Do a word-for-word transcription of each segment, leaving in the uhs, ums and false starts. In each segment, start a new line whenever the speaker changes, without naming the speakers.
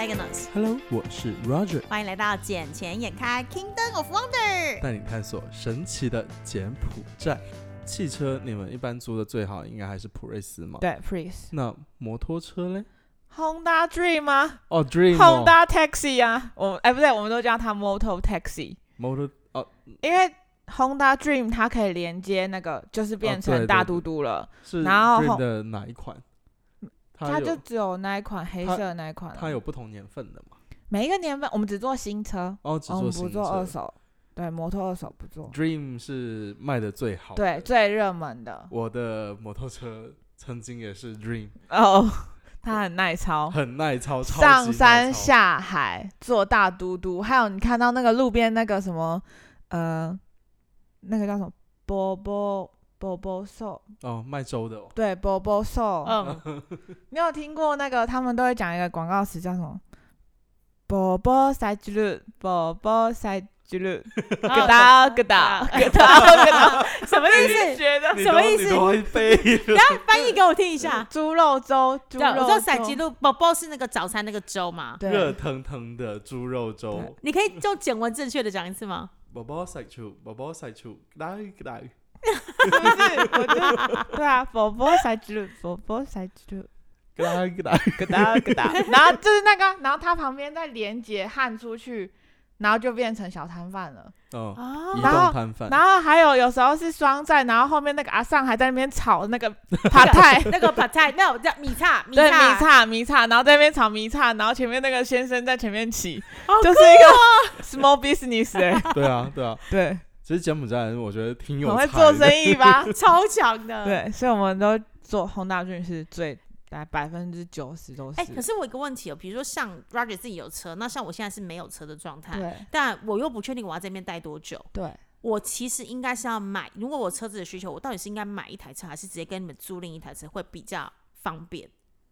Agnes。Hello， 我是 Roger。
欢迎来到捡钱眼开 Kingdom of Wonder，
带你探索神奇的柬埔寨。汽车你们一般租的最好应该还是普锐斯嘛？
对 ，Prius。
那摩托车嘞
？Honda Dream 吗？
哦 ，Dream
哦。Honda Taxi 啊，我哎不对，我们都叫它 Moto Taxi。Moto
哦，
因为 Honda Dream 它可以连接那个，就是变成大嘟嘟了。
哦、对对对，
然后
Dream 的哪一款？
它就只有那一款黑色的那一款。
它有不同年份的嘛？
每一个年份，我们只做新车。
哦，只做新车，
我们不做二手。对，摩托二手不做。
Dream 是卖的最好的，
对，最热门的。
我的摩托车曾经也是 Dream。
哦，它很耐操，
很耐操，超级耐操，
上山下海坐大嘟嘟，还有你看到那个路边那个什么，呃，那个叫什么波波波波寿
哦，卖粥的哦。
对，波波寿。嗯，你有听过那个？他们都会讲一个广告词叫什么？波波塞吉鲁，波波塞吉鲁，咯哒咯哒咯哒咯哒，
什么意思？什么意思？
你都会背。
等下翻译给我听一下。
猪肉粥，猪肉粥。
我知道塞吉鲁，波波是那个早餐那个粥嘛？
热腾腾的猪肉粥。
你可以用简文正确的讲一次吗？
波波塞猪，波波塞猪，咯哒咯哒。
是不是？我就对啊，波波塞吉鲁，波波塞吉鲁。
咯哒咯哒
咯哒咯哒，然后就是那个，然后它旁边再连接焊出去，然后就变成小摊贩了。
哦，
移
动摊贩。
然后还有有时候是双载，然后后面那个阿尚还在那边炒那个帕泰，
那个帕泰，那叫米叉，米
对，米叉米叉，然后在那边炒米叉，然后前面那个先生在前面骑，
哦、
就是一个 small business 哎、欸。
对啊，对啊，
对。
其实柬埔寨人我觉得挺有
才的，很会做生意吧，
超强的。
对，所以我们都做Honda Dream是最。大概百分之九十都是。
哎、欸，可是我有一个问题哦，比如说像 Roger 自己有车，那像我现在是没有车的状态，
对，
但我又不确定我要在这边待多久。
对，
我其实应该是要买，如果我车子的需求，我到底是应该买一台车，还是直接跟你们租赁一台车会比较方便？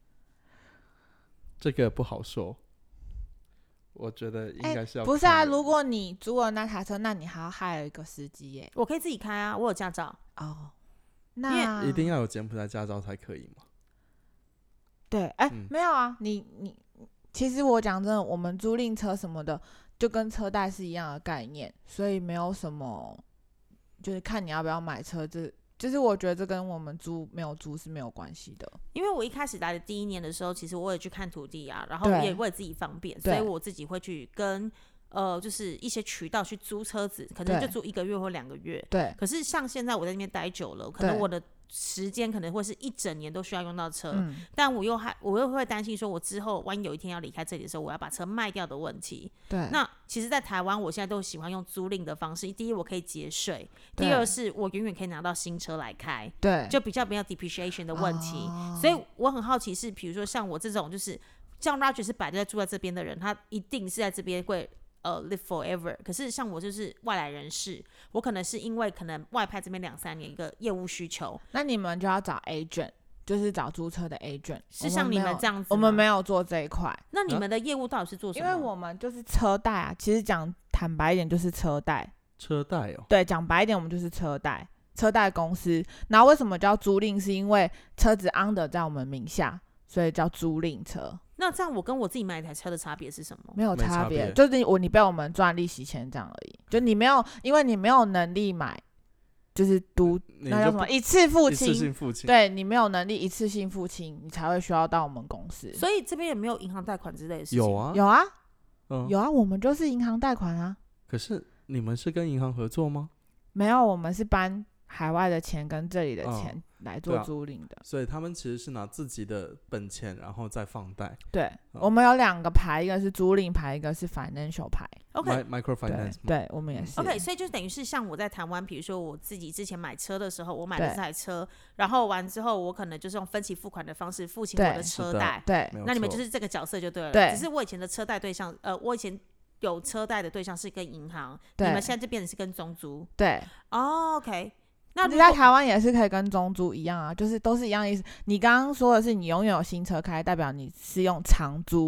这个不好说，我觉得应该是要、
欸、不是啊。如果你租了那台车，那你还要害一个司机耶。
我可以自己开啊，我有驾照。
哦，那
一定要有柬埔寨驾照才可以吗？
对，哎、欸嗯，没有啊，你你，其实我讲真的，我们租赁车什么的，就跟车贷是一样的概念，所以没有什么，就是看你要不要买车，这就是我觉得这跟我们租没有租是没有关系的。
因为我一开始来的第一年的时候，其实我也去看土地啊，然后也为自己方便，所以我自己会去跟呃，就是一些渠道去租车子，可能就租一个月或两个月。
对。
可是像现在我在那边待久了，可能我的时间可能会是一整年都需要用到车，嗯、但我又还我又会担心说，我之后万一有一天要离开这里的时候，我要把车卖掉的问题。
对。
那其实，在台湾，我现在都喜欢用租赁的方式。第一，我可以节税；第二，是我永远可以拿到新车来开。
对。
就比较没有 depreciation 的问题。
哦、
所以我很好奇是，比如说像我这种，就是像 Roger 是摆在住在这边的人，他一定是在这边会。呃 live forever， 可是像我就是外来人士，我可能是因为可能外派这边两三年一个业务需求，
那你们就要找 agent， 就是找租车的 agent，
是像你们这样子吗？
我们没有做这一块。
那你们的业务到底是做什么？
因为我们就是车贷啊，其实讲坦白一点就是车贷。
车贷哦。
对，讲白一点我们就是车贷，车贷公司。然后为什么叫租赁？是因为车子 under 在我们名下，所以叫租赁车。
那这样我跟我自己买一台车的差别是什么？
没有差别，就是我你被我们赚利息钱这样而已。就你没有，因为你没有能力买，就是独那叫什么一次付清，
一次性付清。
对，你没有能力一次性付清，你才会需要到我们公司。
所以这边也没有银行贷款之类的事情。
有啊，
有啊，
嗯、
有啊，我们就是银行贷款啊。
可是你们是跟银行合作吗？
没有，我们是搬海外的钱跟这里的钱。嗯来做租赁的、
啊，所以他们其实是拿自己的本钱，然后再放贷。
对、
嗯，
我们有两个牌，一个是租赁牌，一个是 financial 牌。
OK，
microfinance
对，对，我们也是。
OK， 所以就等于是像我在台湾，比如说我自己之前买车的时候，我买了这台车，然后完之后我可能就是用分期付款的方式付清我的车贷。
对，
那你们就是这个角色就对了。
对，
只是我以前的车贷对象，呃，我以前有车贷的对象是跟银行，你们现在就变成是跟中租。
对。
哦 ，OK。那
你在台湾也是可以跟中租一样啊，就是都是一样的意思。你刚刚说的是你永远有新车开，代表你是用长租，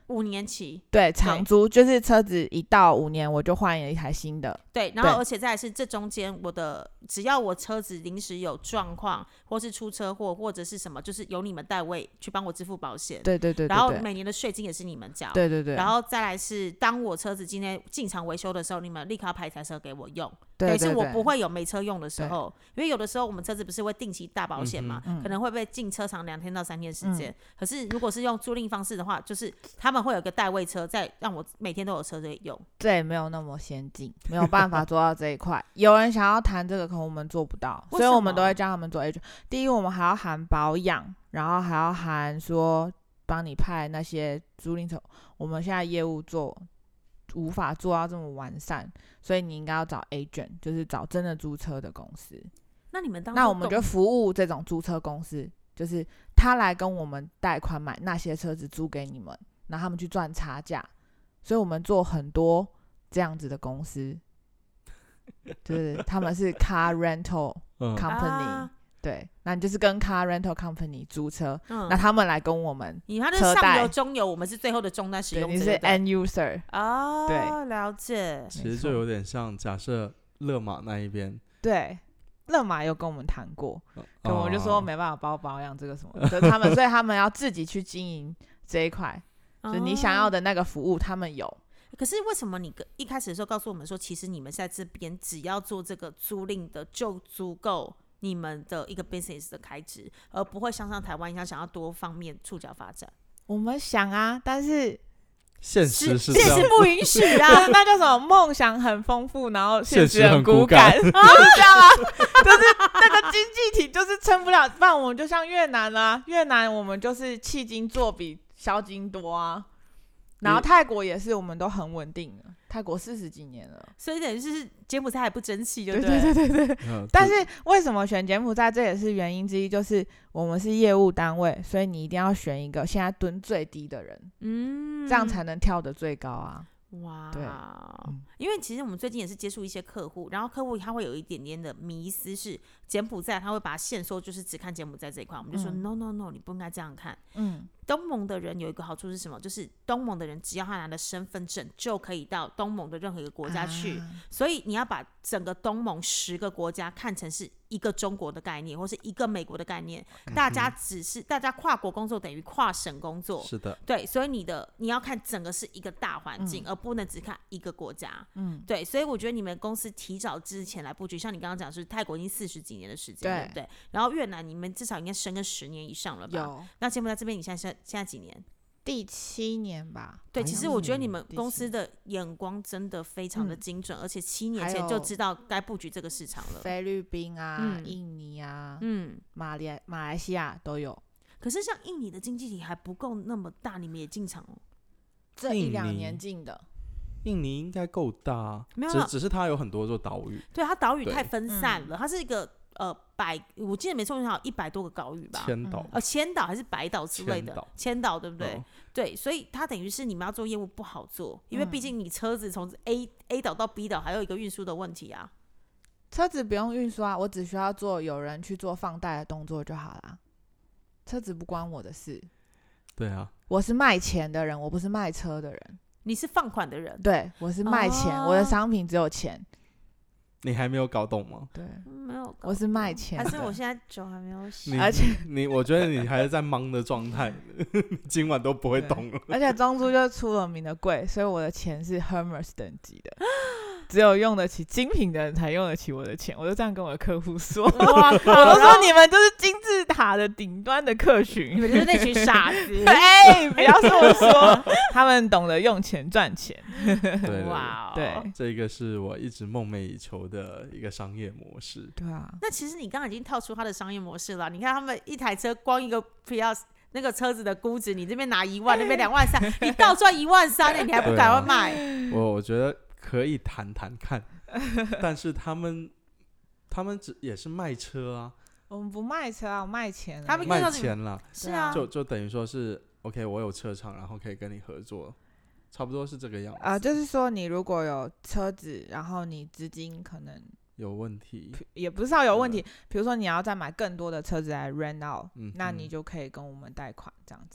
五年期，
对，长租就是车子一到五年我就换了一台新的。
对，然后而且再来是这中间我的只要我车子临时有状况，或是出车祸或者是什么，就是由你们代位去帮我支付保险。
对对 对, 对, 对，
然后每年的税金也是你们交。
对对对。
然后再来是当我车子今天进厂维修的时候，你们立刻要派一台车给我用。
对对对，
是我不会有没车用的时候，因为有的时候我们车子不是会定期大保险嘛、嗯，可能会被进车厂两天到三天时间、嗯。可是如果是用租赁方式的话，就是他们会有个代位车，再让我每天都有车可以用。
对，没有那么先进，没有办法做到这一块。有人想要谈这个，可我们做不到，所以我们都会叫他们做 agent。第一，我们还要含保养，然后还要含说帮你派那些租赁车。我们现在业务做无法做到这么完善，所以你应该要找 agent， 就是找真的租车的公司。
那你们当
那我们就服务这种租车公司，就是他来跟我们贷款买那些车子租给你们，然后他们去赚差价。所以我们做很多这样子的公司，就是他们是 car rental company、嗯、对，那你就是跟 car rental company 租车、嗯、那他们来跟我们
你他的上游中游，我们是最后的终端使用者，
你是 end user
哦，
对，
了解。
其实就有点像假设勒马那一边，
对，勒马有跟我们谈过，可、哦、我就说没办法包保养这个什么，所以他们所以他们要自己去经营这一块。就你想要的那个服务他们有。
可是为什么你一开始的时候告诉我们说，其实你们在这边只要做这个租赁的就足够你们的一个 business 的开支，而不会像上台湾一样想要多方面触角发展？
我们想啊，但是
现实是这样，
现实不允许啊。
那叫什么？梦想很丰富，然后现实很
骨
感，是这样啊。就是那个经济体就是撑不了，不然我们就像越南啊，越南我们就是迄今做比销金多啊，然后泰国也是，我们都很稳定了。泰国四十几年了，
所以等于是柬埔寨还不争气，对不
对？对对对对。嗯、但是为什么选柬埔寨？这也是原因之一，就是我们是业务单位，所以你一定要选一个现在蹲最低的人，嗯，这样才能跳得最高啊。
哇，对、嗯，因为其实我们最近也是接触一些客户，然后客户他会有一点点的迷思是柬埔寨，他会把线说就是只看柬埔寨这一块，我们就说、嗯、no no no， 你不应该这样看。嗯，东盟的人有一个好处是什么？就是东盟的人只要他拿的身份证就可以到东盟的任何一个国家去，啊、所以你要把整个东盟十个国家看成是一个中国的概念，或是一个美国的概念，嗯、大家只是大家跨国工作等于跨省工作，
是的，
对，所以你的你要看整个是一个大环境，嗯、而不能只看一个国家，嗯，对，所以我觉得你们公司提早之前来布局，像你刚刚讲是泰国已经四十几年的时间， 对, 对不对？然后越南你们至少应该深耕十年以上了吧？有。那柬埔寨这边你现在现在几年？
第七年吧。
对，其实我觉得你们公司的眼光真的非常的精准，嗯、而且七年前就知道该布局这个市场了。
菲律宾啊、嗯、印尼啊、嗯、马来马来西亚都有。
可是像印尼的经济体还不够那么大，你们也进场哦？
这一两年进的。
印尼应该够大，
没有，
只只是它有很多座岛屿。
对，它岛屿太分散了，嗯、它是一个呃百，我记得没错，好像一百多个岛屿吧，
千岛，
呃，千岛还是百岛之类的，千岛对不对？哦、对，所以它等于是你们要做业务不好做，因为毕竟你车子从 A A 岛到 B 岛还有一个运输的问题啊。
车子不用运输啊，我只需要做有人去做放贷的动作就好啦，车子不关我的事。
对啊，
我是卖钱的人，我不是卖车的人。
你是放款的人，
对，我是卖钱，哦、我的商品只有钱。
你还没有搞懂吗？
对，
没有搞懂，
我是卖钱的，
还是我现在酒还没有洗，
而且
你，我觉得你还是在忙的状态，今晚都不会懂了。
而且中租就出了名的贵，所以我的钱是 Hermes 等级的。只有用得起精品的人才用得起我的钱，我就这样跟我的客户说。哇我都说你们就是金字塔的顶端的客群，
你们就是那群傻子。
哎，不要这么说，他们懂得用钱赚钱。
对，
哇，
对，
这个是我一直梦寐以求的一个商业模式。
对啊，
那其实你刚刚已经套出他的商业模式了。你看他们一台车，光一个 Prius 那个车子的估值，你这边拿一万，那边两万三，你倒赚一万三，你还不赶快卖？
啊、我我觉得。可以谈谈看，但是他们他们只也是卖车啊。
我们不卖车啊，我卖钱。
他们
卖钱啦，
是啊，
就就等于说是 OK， 我有车厂，然后可以跟你合作，差不多是这个样子
啊、呃。就是说，你如果有车子，然后你资金可能
有问题，
也不是要有问题。比如说，你要再买更多的车子来 rent out，、嗯、那你就可以跟我们贷款这样子。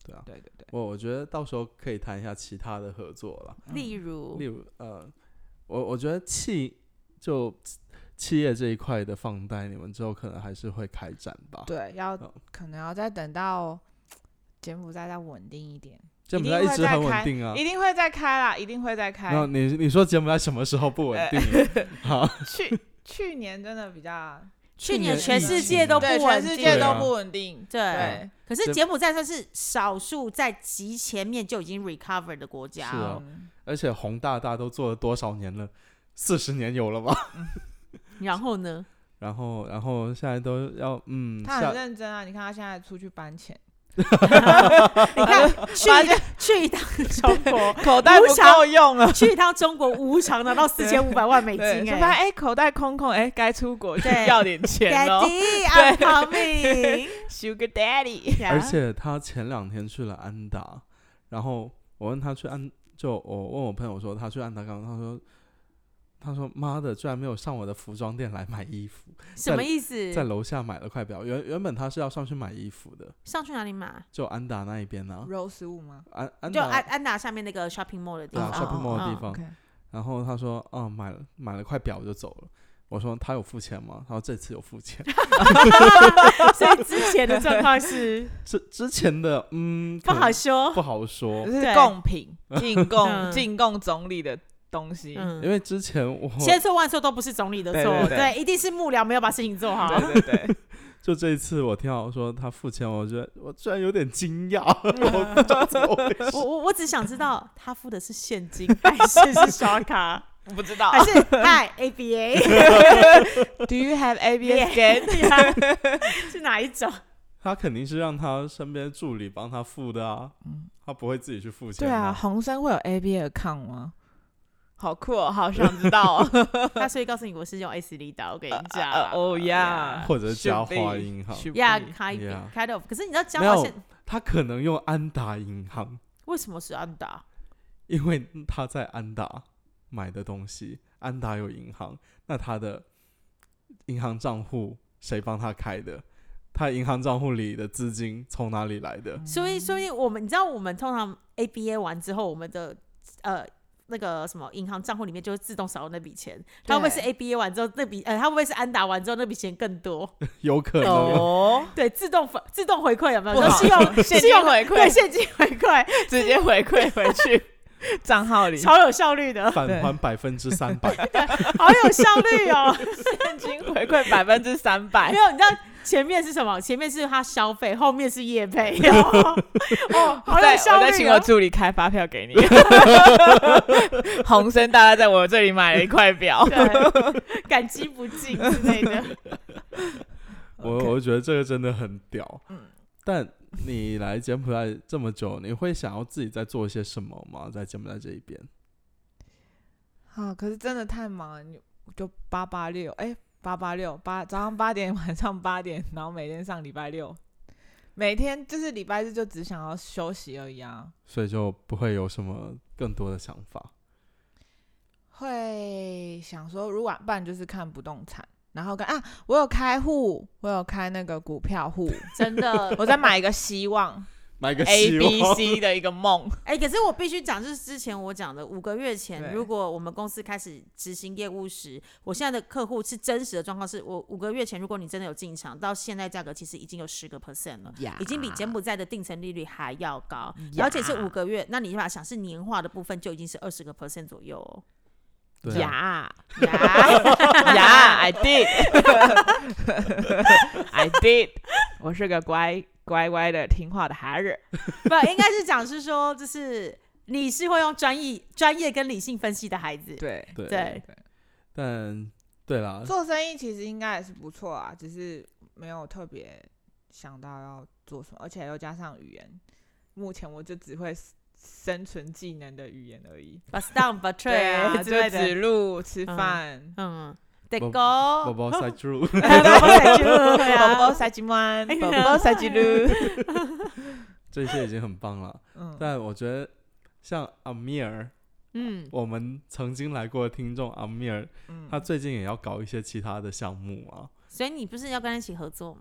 对啊，
对对对，
我我觉得到时候可以谈一下其他的合作了，
例如
例如呃，我我觉得企就企业这一块的放贷，你们之后可能还是会开展吧？
对，要、
嗯、
可能要再等到柬埔寨再稳定一点。
柬埔寨一直很稳定啊，
一定会再开啦，一定会再开。
那你你说柬埔寨什么时候不稳定？好，
去去年真的比较。
去年全世界都不稳定，
全世界都不稳定。
对，对可是柬埔寨算是少数在极前面就已经 recover 的国家。
是啊，而且洪大大都做了多少年了？四十年有了吧？
然后呢？
然后，然后现在都要嗯，
他很认真啊！你看他现在出去搬钱。
你看去去一趟中国，
口袋不够用了。
去一趟中国无偿拿到四千五百万美金，哎，
就发现哎口袋空空，哎该出国去要点钱喽。
Daddy, I'm coming,
Sugar Daddy。
而且他前两天去了安达，然后我问他去安，就我问我朋友说他去安达干嘛，他说。他说：“妈的，居然没有上我的服装店来买衣服，
什么意思？
在楼下买了块表。原原本他是要上去买衣服的，
上去哪里买？
就安达那一边呢、啊。
Rose 五吗？
安安
就安安达下面那个 shopping mall 的地方、
啊、，shopping mall 的地方。
哦 okay.
然后他说：哦，买了买了块表就走了。我说他有付钱吗？他说这次有付钱。
所以之前的状况是，
之之前的嗯
不好说，
不好说，
是贡品进贡进贡总理的。”东西、
嗯，
因为之前我
千错万错都不是总理的错，对, 对, 对，一定是幕僚没有把事情做好。
对对对，
就这一次我听到说他付钱，我觉得我居然有点惊讶。我不知道怎么回事。
我我我只想知道他付的是现金还是是刷卡？
不知道，
还是 Hi A B A
？Do you have A B A scan？
是哪一种？
他肯定是让他身边助理帮他付的啊，嗯、他不会自己去付钱。
对啊，洪生会有 A B A account 吗？好酷哦，好想知道哦。
他所以告诉你我是用 S 里打，我跟你讲。
哦呀，
或者是嘉华银行。
Yeah, kind of, kind of。可是你知道嘉华现
他可能用安达银行。
为什么是安达？
因为他在安达买的东西，安达有银行，那他的银行账户谁帮他开的？他银行账户里的资金从哪里来的？
所以，所以我们你知道，我们通常 A B A 完之后，我们的呃。那个什么银行账户里面就会自动少那笔钱，它会不会是 A B A 完之后那笔，呃，它会不会是安达完之后那笔钱更多？
有可能
哦，
对，自动自动回馈有没有？就信用
现金回馈，
对，现金回馈，
直接回馈回去账号里，
超有效率的，
返还百分之三百，
好有效率哦，
现金回馈百分之三百，
没有，你知道。前面是什么？前面是他消费，后面是业配。哦，哦好有效率、哦！
我再请我助理开发票给你。洪生大概在我这里买了一块表，
对，感激不尽之类的。
我我觉得这个真的很屌。嗯，但你来柬埔寨这么久，你会想要自己在做些什么吗？在柬埔寨这一边？
啊，可是真的太忙了，你就八八六，哎。八八六八早上八点晚上八点，然后每天上礼拜六，每天就是礼拜日就只想要休息而已啊，
所以就不会有什么更多的想法。
会想说，如果不然就是看不动产，然后跟啊，我有开户，我有开那个股票户，
真的，
我再买一个希望。
买个希望
A B C 的一个梦。
哎、欸，可是我必须讲，就是之前我讲的五个月前，如果我们公司开始执行业务时，我现在的客户是真实的状况，是我五个月前，如果你真的有进场，到现在价格其实已经有十个 percent 了，
yeah.
已经比柬埔寨的定存利率还要高， yeah. 而且是五个月，那你把它想是年化的部分就已经是二十个 percent 左右哦。
呀呀呀 ！I did, I did， 我是个乖乖乖的听话的孩子。
不，应该是讲是说，就是你是会用专业、专业跟理性分析的孩子。
对
对
对。
但对啦，
做生意其实应该也是不错啊，只是没有特别想到要做什么，而且又加上语言，目前我就只会生存技能的语言而已。
bust down, but trade，
对啊，
之类的
就指路、吃饭，
嗯，得go，
宝宝塞住路，
宝宝塞住路，
宝宝塞金湾，宝宝塞吉路，
这些已经很棒了。嗯，但我觉得像阿米尔，嗯，我们曾经来过的听众阿米尔，嗯，他最近也要搞一些其他的项目啊。
所以你不是要跟他一起合作吗？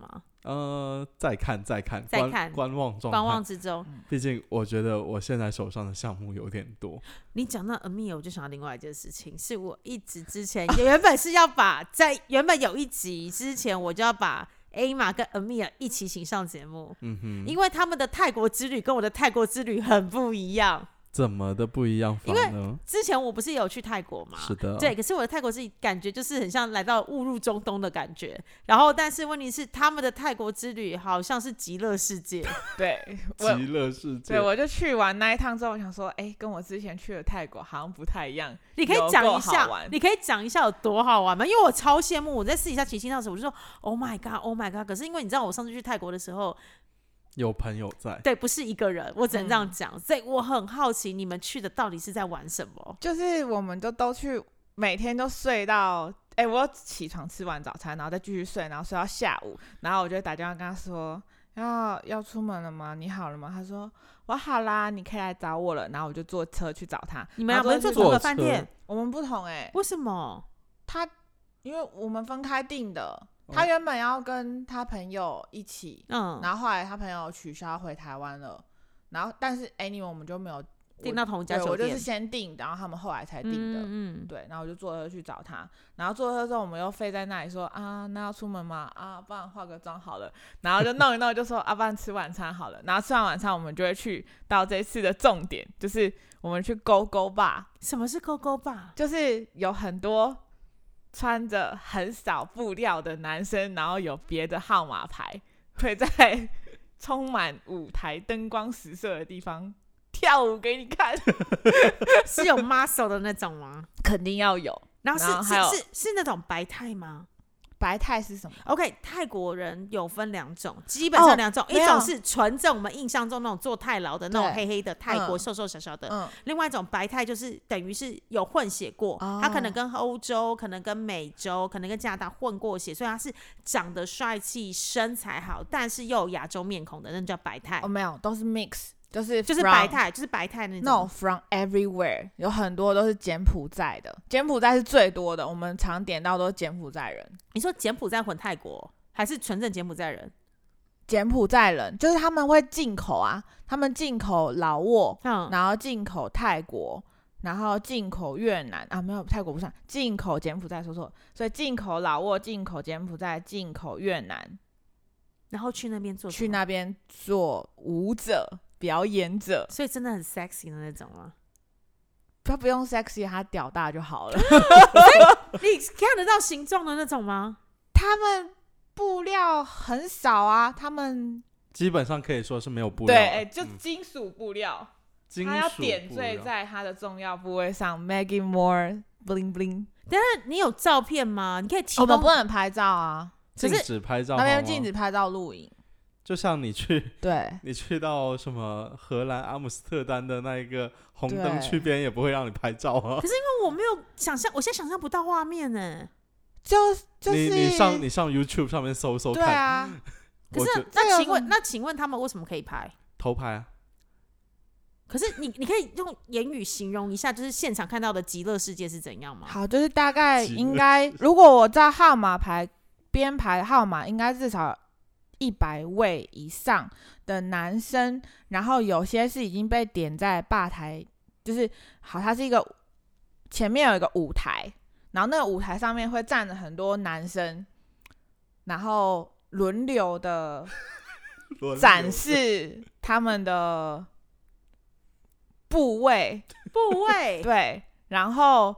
呃，再看再看，
再看
观观望状态，
观望之中。
毕竟我觉得我现在手上的项目有点多。
你讲到 Amir， 我就想到另外一件事情，是我一直之前原本是要把在原本有一集之前我就要把 Emma 跟 Amir 一起请上节目，
嗯哼，
因为他们的泰国之旅跟我的泰国之旅很不一样。
怎么的不一样法呢？
之前我不是有去泰国吗？
是的，
对，可是我的泰国是感觉就是很像来到误入中东的感觉，然后但是问题是他们的泰国之旅好像是极乐世界，
对，
极乐世界。
对，我就去完那一趟之后，我想说，哎、欸，跟我之前去的泰国好像不太一样。
你可以讲一下，你可以讲一下有多好玩吗？因为我超羡慕，我在私底下骑行的时候，我就说 ，Oh my God，Oh my God！ 可是因为你知道，我上次去泰国的时候。
有朋友在，
对，不是一个人，我只能这样讲、嗯。所以我很好奇，你们去的到底是在玩什么？
就是我们就都去，每天都睡到，哎、欸，我起床吃完早餐，然后再继续睡，然后睡到下午，然后我就打电话跟他说，要要出门了吗？你好了吗？他说我好啦，你可以来找我了。然后我就坐车去找他。
你们两个坐同个饭店？
我们不同哎、欸，
为什么？
他因为我们分开订的。他原本要跟他朋友一起，嗯，然后后来他朋友取消回台湾了，然后但是 anyway 我们就没有
订到同一家酒店，
我就是先订，然后他们后来才订的，嗯, 嗯对，然后我就坐车去找他，然后坐车之后我们又飞在那里说啊，那要出门吗？啊，不然化个妆好了，然后就弄一弄就说啊，不然吃晚餐好了，然后吃完晚餐我们就会去到这次的重点，就是我们去勾勾吧。
什么是勾勾吧？
就是有很多。穿着很少布料的男生，然后有别的号码牌，会在充满舞台灯光实色的地方跳舞给你看。
是有 muscle 的那种吗？
肯定要有。
然后是
然后还有
是是是那种白泰吗？
白泰是什么
？OK， 泰国人有分两种，基本上两种，哦、一种是纯正我们印象中那种做泰劳的那种黑黑的泰国、嗯、瘦瘦小小的、嗯，另外一种白泰就是等于是有混血过，哦、他可能跟欧洲、可能跟美洲、可能跟加拿大混过血，所以他是长得帅气、身材好，但是又有亚洲面孔的，那叫白泰。
哦，没有，都是 mix。就是
就是白泰，就是白泰那种。
No, from everywhere， 有很多都是柬埔寨的，柬埔寨是最多的，我们常点到都是柬埔寨人。
你说柬埔寨混泰国，还是纯正柬埔寨人？
柬埔寨人就是他们会进口啊，他们进口老挝，嗯，然后进口泰国，然后进口越南啊，没有泰国不算，进口柬埔寨说错，所以进口老挝、进口柬埔寨、进口越南，
然后去那边做
去那边做舞者。表演者，
所以真的很 sexy 的那种吗？
他不用 sexy， 他屌大就好了。
你看得到形状的那种吗？
他们布料很少啊，他们
基本上可以说是没有布料。
对，欸、就金属布料，
嗯、
他要点缀在他的重要部位上。Maggie Moore bling bling。
但是你有照片吗？你可以提供。
我们不能拍照啊，
禁止拍照，
那边禁止拍照录影。
就像你去，
对，
你去到什么荷兰阿姆斯特丹的那一个红灯区边，也不会让你拍照啊。
可是因为我没有想象，我现在想象不到画面呢。
就就是
你你上你上 YouTube 上面搜搜看。
对啊。
可是那请问那请问他们为什么可以拍？
偷拍啊。
可是你你可以用言语形容一下，就是现场看到的极乐世界是怎样吗？
好，就是大概应该，如果我照号码牌编排号码，应该至少。一百位以上的男生，然后有些是已经被点在吧台，就是好，它是一个前面有一个舞台，然后那个舞台上面会站着很多男生，然后轮流的展示他们的部位，
部位
对，然后。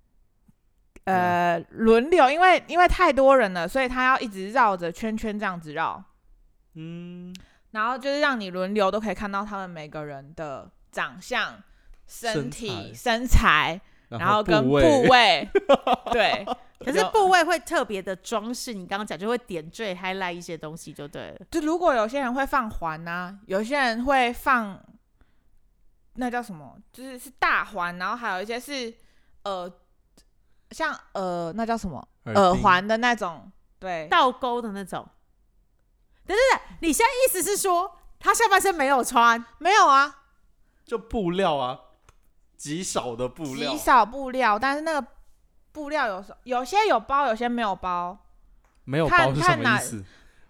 呃，轮流，因为因为太多人了，所以他要一直绕着圈圈这样子绕，嗯，然后就是让你轮流都可以看到他们每个人的长相、身体、身材，然后跟部位，对。
可是部位会特别的装饰，你刚刚讲就会点缀 highlight 一些东西就对了。
就如果有些人会放环啊，有些人会放那叫什么，就是是大环，然后还有一些是呃。像呃，那叫什么耳环的那种，对，
倒钩的那种。对对对，你现在意思是说，他下半身没有穿？
没有啊，
就布料啊，极少的布料，
极少布料，但是那个布料有时候有些有包，有些没有包。
没有包是什么意思？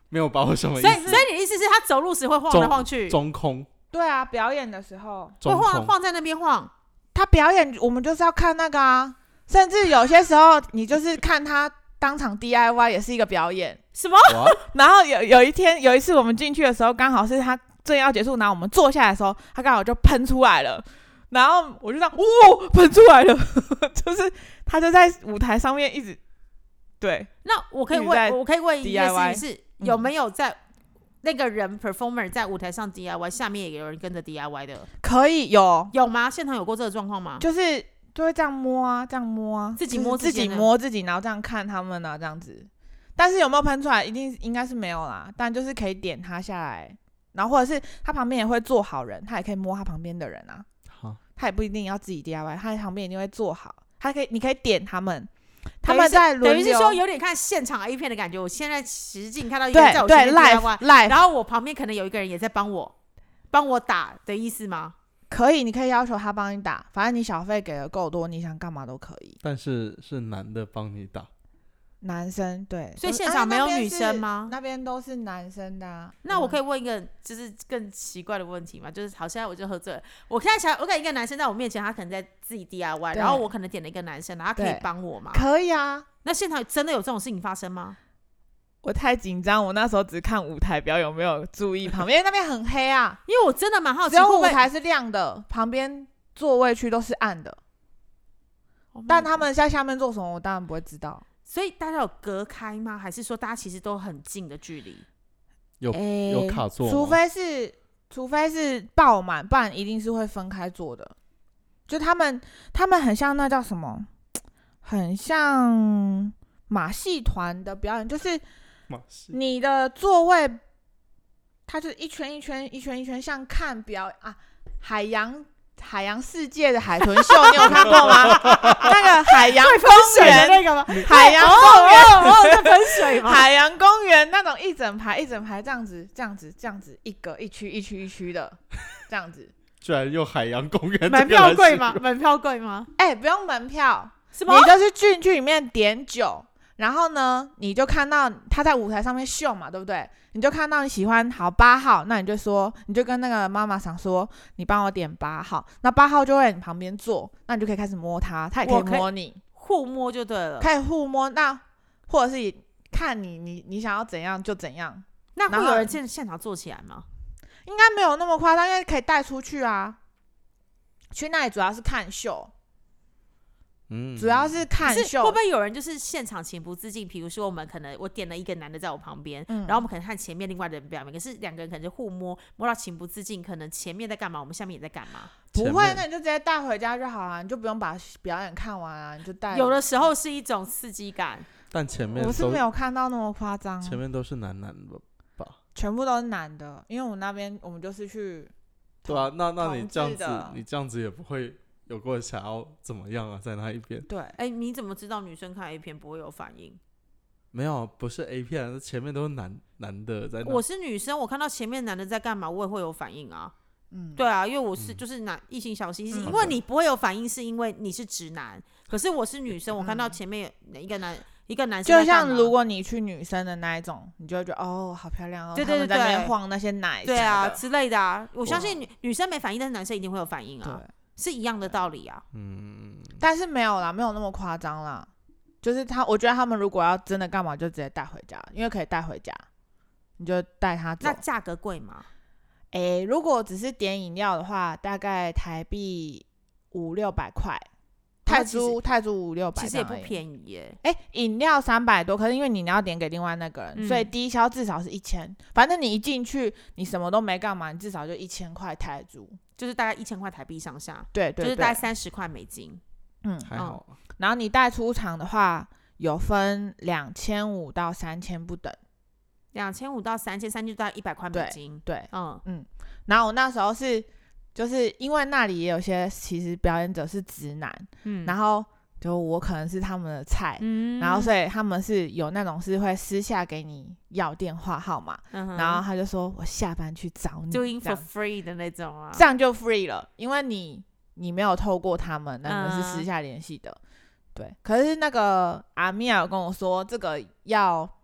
没有把我什么意
所以
思。
所以你的意思是他走路时会晃来晃去，
中空，
对啊，表演的时候
会
中空，
晃晃在那边晃。
他表演，我们就是要看那个啊，甚至有些时候你就是看他当场 D I Y 也是一个表演。
什么？
然后有有一天有一次我们进去的时候，刚好是他正要结束，然后我们坐下来的时候，他刚好就喷出来了，然后我就这样，哇，喷出来了，就是他就在舞台上面一直，对。
那我可以问，我可以问一件事情是，有没有在那个人 performer 在舞台上 D I Y， 下面也有人跟着 D I Y 的？
可以有
有吗？现场有过这个状况吗？
就是就会这样摸啊，这样摸啊，
自己摸
自己摸自己，然后这样看他们啊，这样子。但是有没有喷出来，一定应该是没有啦。但就是可以点他下来，然后或者是他旁边也会坐好人，他也可以摸他旁边的人啊。他也不一定要自己 D I Y， 他在旁边一定会坐好，他可以，你可以点他们。他们在轮流，
等于是说有点看现场 A 片的感觉。我现在实境看到一个人在我前面 D I Y，
live，
然后我旁边可能有一个人也在帮我帮我打的意思吗？
可以，你可以要求他帮你打，反正你小费给的够多，你想干嘛都可以。
但是是男的帮你打，
男生对，
所以现场没有女生吗？
那边都是男生的啊。
那我可以问一个就是更奇怪的问题吗？就是好，现在我就喝醉了，我看起来我看一个男生在我面前，他可能在自己 D I Y， 然后我可能点了一个男生，然后他可以帮我吗？
可以啊。
那现场真的有这种事情发生吗？
我太紧张，我那时候只看舞台表有没有注意旁边，因为那边很黑啊。
因为我真的蛮好奇，
只有舞台是亮的，旁边座位区都是暗的。Oh、但他们在下面做什么，我当然不会知道。
所以大家有隔开吗？还是说大家其实都很近的距离？
有、欸、有卡座吗？
除非是除非是爆满，不然一定是会分开坐的。就他们他们很像那叫什么，很像马戏团的表演，就是你的座位，它就是一圈一圈一圈一圈，像看表演啊，海洋。海洋世界的海豚秀，你有看过吗？那个海洋公园
那个吗？
海洋公园，
哦哦，在喷水吗？
海洋公园那种一整排一整排这样子，这样子，这样子，一格一区一区一区的这样子。
居然用海洋公园，
门票贵吗？门票贵吗？
哎、欸，不用门票，
什么？
你就是进去里面点酒。然后呢，你就看到他在舞台上面秀嘛，对不对？你就看到你喜欢好八号，那你就说，你就跟那个妈妈想说，你帮我点八号，那八号就会在你旁边坐，那你就可以开始摸他，他也可以摸你，
互摸就对了，
可以互摸。那或者是看你你你想要怎样就怎样。
那会有人现现场坐起来吗？
应该没有那么夸张，因为可以带出去啊。去那里主要是看秀。嗯，主要是看秀。
会不会有人就是现场情不自禁？比如说，我们可能我点了一个男的在我旁边，嗯、然后我们可能看前面另外的人表演，可是两个人可能就互摸，摸到情不自禁，可能前面在干嘛，我们下面也在干嘛？
不会，那你就直接带回家就好了，你就不用把表演看完啊，你就带。
有的时候是一种刺激感，
但前面
我是没有看到那么夸张。
前面都是男男的吧？
全部都是男的，因为我们那边我们就是去。
对啊，那那你这样子，你这样子也不会。有过想要怎么样啊？在那一边？
对，
哎、欸，你怎么知道女生看 A 片不会有反应？
没有，不是 A 片，前面都是男男的在那。
我是女生，我看到前面男的在干嘛，我也会有反应啊。嗯，对啊，因为我是、嗯、就是男异性小心，是因为你不会有反应，是因为你是直男。可是我是女生，我看到前面有一个男一个男生，
就像如果你去女生的那一种，你就会觉得哦，好漂亮哦，
对对对，
他们在那边晃那些奶，
对啊之类的啊。我相信 女, 女生没反应，但是男生一定会有反应啊。对。是一样的道理啊，
嗯，但是没有啦，没有那么夸张啦。就是他，我觉得他们如果要真的干嘛，就直接带回家，因为可以带回家，你就带他走。
那价格贵吗？
哎、欸，如果只是点饮料的话，大概台币五六百块，泰铢泰铢五六百，
其实也不便宜耶。
哎、欸，饮料三百多，可是因为你要点给另外那个人，嗯、所以低消至少是一千。反正你一进去，你什么都没干嘛，你至少就一千块泰铢。
就是大概一千块台币上下，
对 对, 对，
就是大概三十块美金，
嗯，
还好、啊。
然后你带出场的话，有分两千五到三千不等，
两千五到三千，三千就大概一百块美金，
对，对嗯嗯。然后我那时候是，就是因为那里也有些其实表演者是直男，嗯，然后就我可能是他们的菜，嗯，然后所以他们是有那种是会私下给你要电话号码，嗯、然后他就说我下班去找你
，doing for free 的那种啊，
这样就 free 了，因为你你没有透过他们，那你们是私下联系的，嗯、对。可是那个阿米娅有跟我说，这个要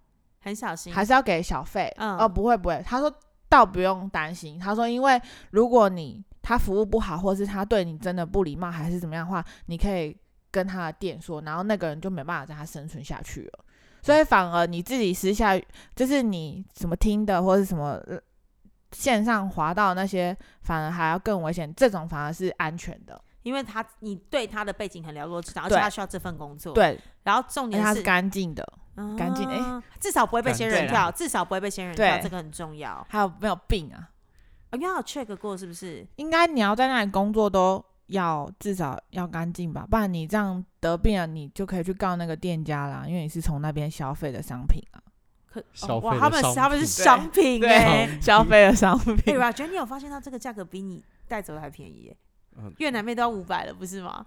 很小心，
还是要给小费。
嗯，
哦，不会不会，他说倒不用担心，他说因为如果你他服务不好，或是他对你真的不礼貌，还是怎么样的话，你可以跟他的店说，然后那个人就没办法让他生存下去了。所以反而你自己私下，就是你什么听的或是什么线上滑到那些，反而还要更危险。这种反而是安全的，
因为他你对他的背景很了如指掌，而且他需要这份工作。
对，
然后重点是
他是干净的，干净的，
哎，至少不会被仙人跳，至少不会被仙人跳，这个很重要。
还有没有病啊？
哦，因为他有 check 过，是不是？
应该你要在那里工作都要至少要干净吧，不然你这样得病了，你就可以去告那个店家啦，因为你是从那边消费的商品啊。
可
消费
哦、哇，他们他们是商品哎、欸，
消费的商品。
哎、欸，我觉得你有发现到这个价格比你带走的还便宜、欸嗯、越南妹都要五百了，不是吗？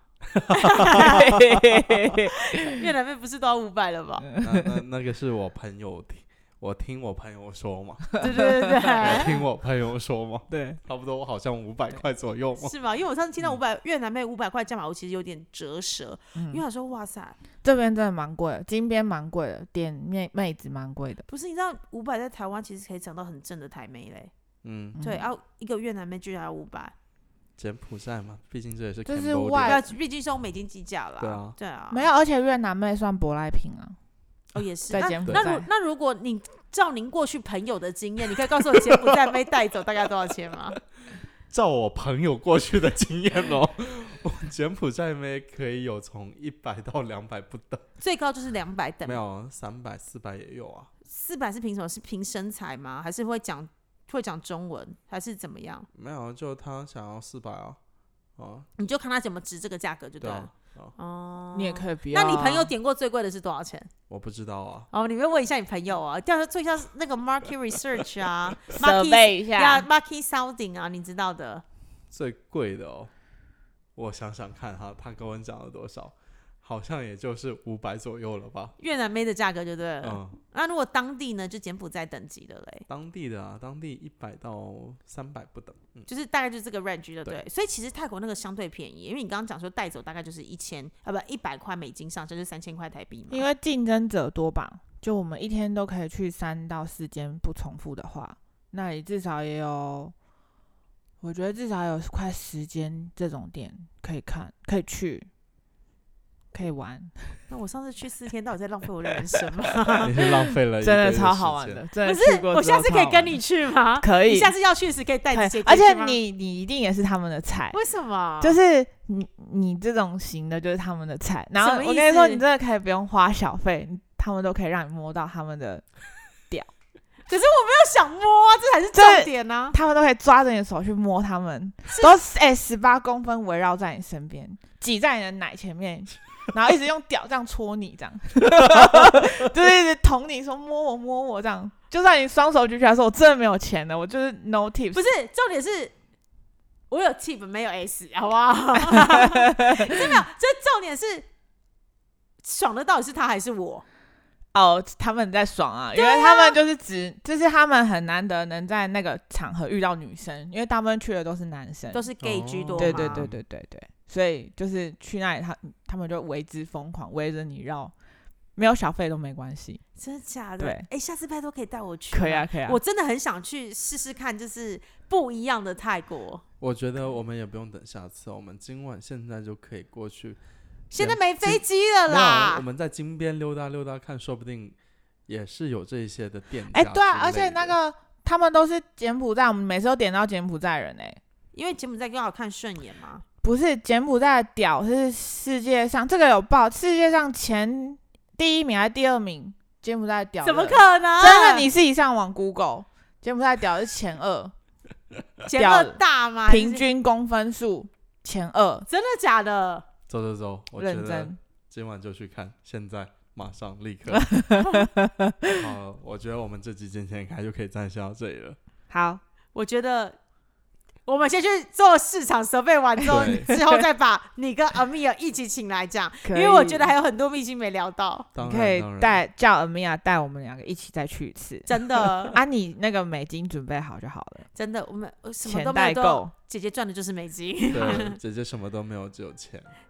越南妹不是都要五百了吗？
那那那个是我朋友听，我听我朋友说嘛。
对对对对，
我听我朋友说嘛。
对，
差不多好像五百块左右嘛。
是吗？因为我上次听到五百、嗯、越南妹五百块价码，我其实有点折舌，嗯、因为我说哇塞，
这边真的蛮贵的，金边蛮贵的，点妹妹子蛮贵的。
不是，你知道五百在台湾其实可以找到很正的台妹嘞。
嗯，
对，然后、啊、一个越南妹居然要五百。
柬埔寨嘛，毕竟这也是
这是外，
毕竟是用美金计价啦。
对啊，
对啊，
没有，而且越南妹算舶来品啊。
哦，也是。
在柬埔
寨。那那如那如果你照您过去朋友的经验，你可以告诉我柬埔寨妹带走大概多少钱吗？
照我朋友过去的经验哦，我柬埔寨妹可以有从一百到两百不等，
最高就是两百等。
没有三百、四百也有啊。
四百是凭什么？是凭身材吗？还是会讲会讲中文，还是怎么样？
没有，就他想要四百啊。哦，
你就看他怎么值这个价格就对了。
对啊、
哦，
你也可以不要、啊。
那你朋友点过最贵的是多少钱？
我不知道啊。
哦，你们问一下你朋友啊，调查做一下那个 market research 啊
，survey 一下
呀 ，market sounding 啊，你知道的。
最贵的哦，我想想看哈，他跟我讲了多少？好像也就是五百左右了吧。
越南妹的价格就对了。
嗯，
那如果当地呢，就柬埔寨等级的嘞。
当地的啊，当地一百到三百不等、嗯，
就是大概就是这个 range 的 对, 对。所以其实泰国那个相对便宜，因为你刚刚讲说带走大概就是一千啊不一百块美金上，就是三千块台币嘛。
因为竞争者多吧，就我们一天都可以去三到四间不重复的话，那里至少也有，我觉得至少有快十间这种店可以看，可以去。可以玩。
那我上次去四天，到底在浪费我的人生吗？
你是浪费了一个
真的超好玩的，真的
不是？我下次可以跟你去吗？
可以，
你下次要去时可以带姐姐去吗？
而且你你一定也是他们的菜。
为什么？
就是你你这种型的，就是他们的菜。然后我跟你说，你真的可以不用花小费，他们都可以让你摸到他们的屌。
可是我没有想摸啊，这才是重点啊！
他们都可以抓着你的手去摸他们，都哎十八公分围绕在你身边，挤在你的奶前面。然后一直用屌这样戳你，这样就是一直捅你说摸我摸我这样，就算你双手举起来说我真的没有钱了，我就是 no tips。
不是，重点是我有 tip 没有 S， 好不好？真没有，这重点是爽的到底是他还是我？
哦，他们在爽啊，因为他们就是只就是他们很难得能在那个场合遇到女生，因为大部分去的都是男生，
都是 gay 居多嘛。
对对对对对对。所以就是去那里他，他他们就为之疯狂，围着你绕，没有小费都没关系。
真的假的？
对，
哎、欸，下次拜托可以带我去。
可以啊，可以啊。
我真的很想去试试看，就是不一样的泰国。
我觉得我们也不用等下次，我们今晚现在就可以过去。
现在没飞机了啦。
我们在金边溜达溜达看，说不定也是有这些的店家。
哎、欸，对啊，而且那个他们都是柬埔寨，我们每次都点到柬埔寨人哎、欸，
因为柬埔寨刚好看顺眼嘛。
不是，柬埔寨的屌是世界上这个有报，世界上前第一名还是第二名？柬埔寨的屌的
怎么可能？
真的，你自己上网 Google， 柬埔寨的屌是前二，
前二大吗？
平均公分数前二，
真的假的？
走走走，我觉得今晚就去看，现在马上立刻。好，我觉得我们这集今天应该就可以暂时到这里了。
好，
我觉得。我们先去做市场设备完之后，之后再把你跟阿米尔一起请来讲，因为我觉得还有很多秘辛没聊到。
你可以带叫阿米尔带我们两个一起再去一次，
真的。
啊，你那个美金准备好就好了。
真的，我们什么都没有，姐姐赚的就是美金。
对，姐姐什么都没有，只有钱。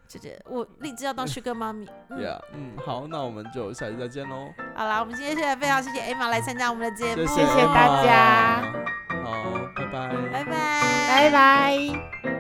姐姐，我立志要当 Sugar 妈咪。
嗯 yeah, 嗯，好，那我们就下期再见喽。
好啦，我们今天现在非常谢谢 Emma 来参加我们的节目，
谢
谢谢大家，
好，拜拜，
拜拜，
拜拜。